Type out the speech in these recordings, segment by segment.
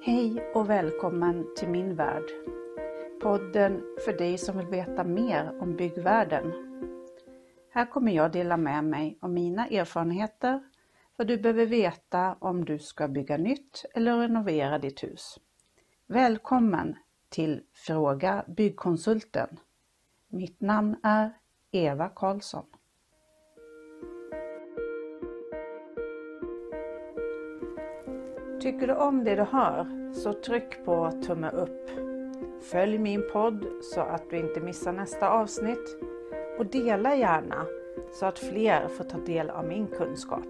Hej och välkommen till min värld. Podden för dig som vill veta mer om byggvärlden. Här kommer jag dela med mig om mina erfarenheter, vad du behöver veta om du ska bygga nytt eller renovera ditt hus. Välkommen till Fråga Byggkonsulten. Mitt namn är Eva Karlsson. Tycker du om det du hör så tryck på tumme upp. Följ min podd så att du inte missar nästa avsnitt och dela gärna så att fler får ta del av min kunskap.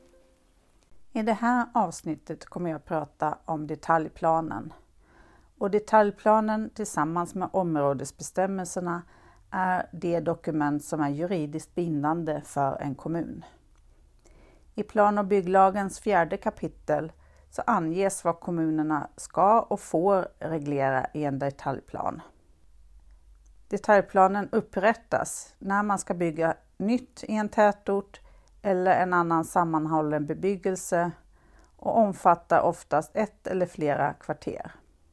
I det här avsnittet kommer jag att prata om detaljplanen. Och detaljplanen tillsammans med områdesbestämmelserna är det dokument som är juridiskt bindande för en kommun. I plan- och bygglagens 4:e kapitel så anges vad kommunerna ska och får reglera i en detaljplan. Detaljplanen upprättas när man ska bygga nytt i en tätort eller en annan sammanhållen bebyggelse och omfattar oftast ett eller flera kvarter.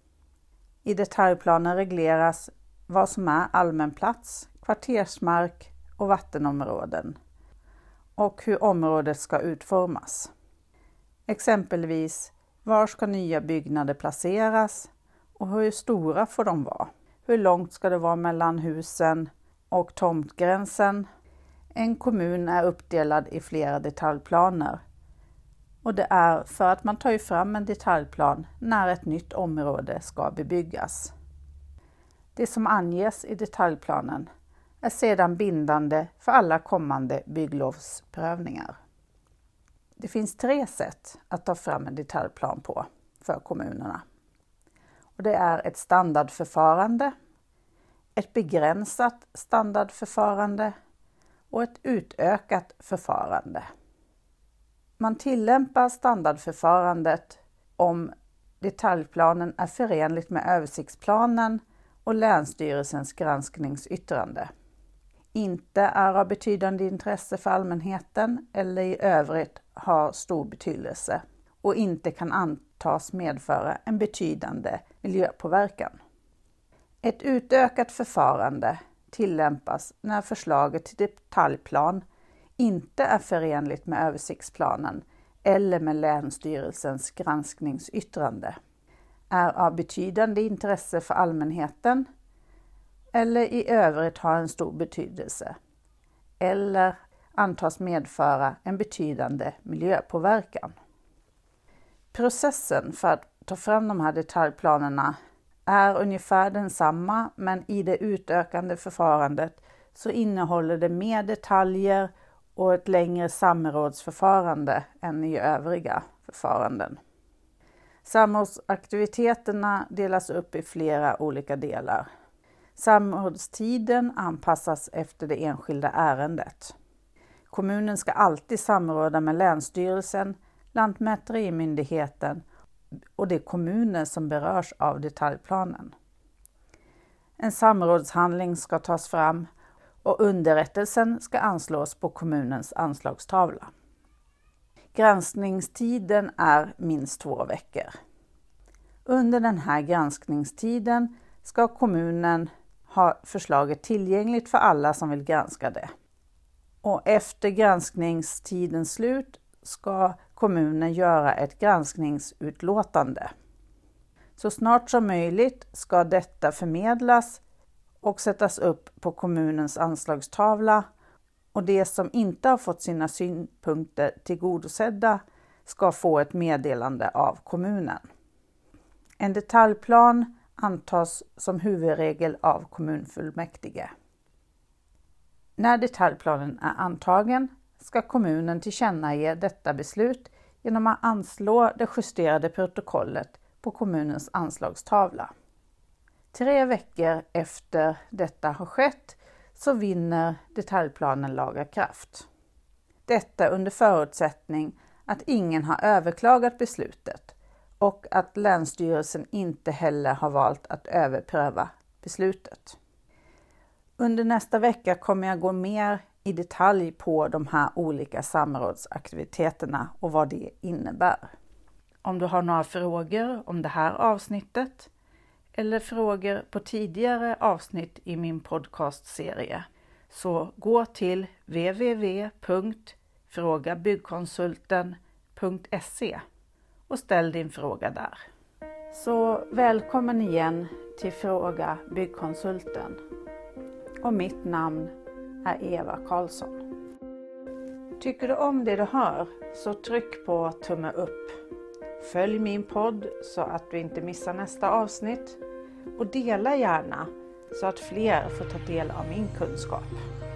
I detaljplanen regleras vad som är allmän plats, kvartersmark och vattenområden och hur området ska utformas. Exempelvis, var ska nya byggnader placeras och hur stora får de vara? Hur långt ska det vara mellan husen och tomtgränsen? En kommun är uppdelad i flera detaljplaner och det är för att man tar fram en detaljplan när ett nytt område ska bebyggas. Det som anges i detaljplanen är sedan bindande för alla kommande bygglovsprövningar. Det finns 3 sätt att ta fram en detaljplan på för kommunerna. Och det är ett standardförfarande, ett begränsat standardförfarande och ett utökat förfarande. Man tillämpar standardförfarandet om detaljplanen är förenligt med översiktsplanen och Länsstyrelsens granskningsyttrande. Inte är av betydande intresse för allmänheten eller i övrigt har stor betydelse och inte kan antas medföra en betydande miljöpåverkan. Ett utökat förfarande tillämpas när förslaget till detaljplan inte är förenligt med översiktsplanen eller med Länsstyrelsens granskningsyttrande, är av betydande intresse för allmänheten eller i övrigt har en stor betydelse eller antas medföra en betydande miljöpåverkan. Processen för att ta fram de här detaljplanerna är ungefär densamma, men i det utökande förfarandet så innehåller det mer detaljer och ett längre samrådsförfarande än i övriga förfaranden. Samrådsaktiviteterna delas upp i flera olika delar. Samrådstiden anpassas efter det enskilda ärendet. Kommunen ska alltid samråda med Länsstyrelsen, Lantmäterimyndigheten och de kommuner som berörs av detaljplanen. En samrådshandling ska tas fram och underrättelsen ska anslås på kommunens anslagstavla. Granskningstiden är minst 2 veckor. Under den här granskningstiden ska kommunen ha förslaget tillgängligt för alla som vill granska det. Och efter granskningstidens slut ska kommunen göra ett granskningsutlåtande. Så snart som möjligt ska detta förmedlas och sättas upp på kommunens anslagstavla och de som inte har fått sina synpunkter tillgodosedda ska få ett meddelande av kommunen. En detaljplan antas som huvudregel av kommunfullmäktige. När detaljplanen är antagen ska kommunen tillkännage detta beslut genom att anslå det justerade protokollet på kommunens anslagstavla. 3 veckor efter detta har skett så vinner detaljplanen laga kraft. Detta under förutsättning att ingen har överklagat beslutet och att Länsstyrelsen inte heller har valt att överpröva beslutet. Under nästa vecka kommer jag gå mer i detalj på de här olika samrådsaktiviteterna och vad det innebär. Om du har några frågor om det här avsnittet eller frågor på tidigare avsnitt i min podcastserie, så gå till www.frågabyggkonsulten.se och ställ din fråga där. Så välkommen igen till Fråga Byggkonsulten. Och mitt namn är Eva Karlsson. Tycker du om det du hör, så tryck på tumme upp. Följ min podd så att du inte missar nästa avsnitt. Och dela gärna så att fler får ta del av min kunskap.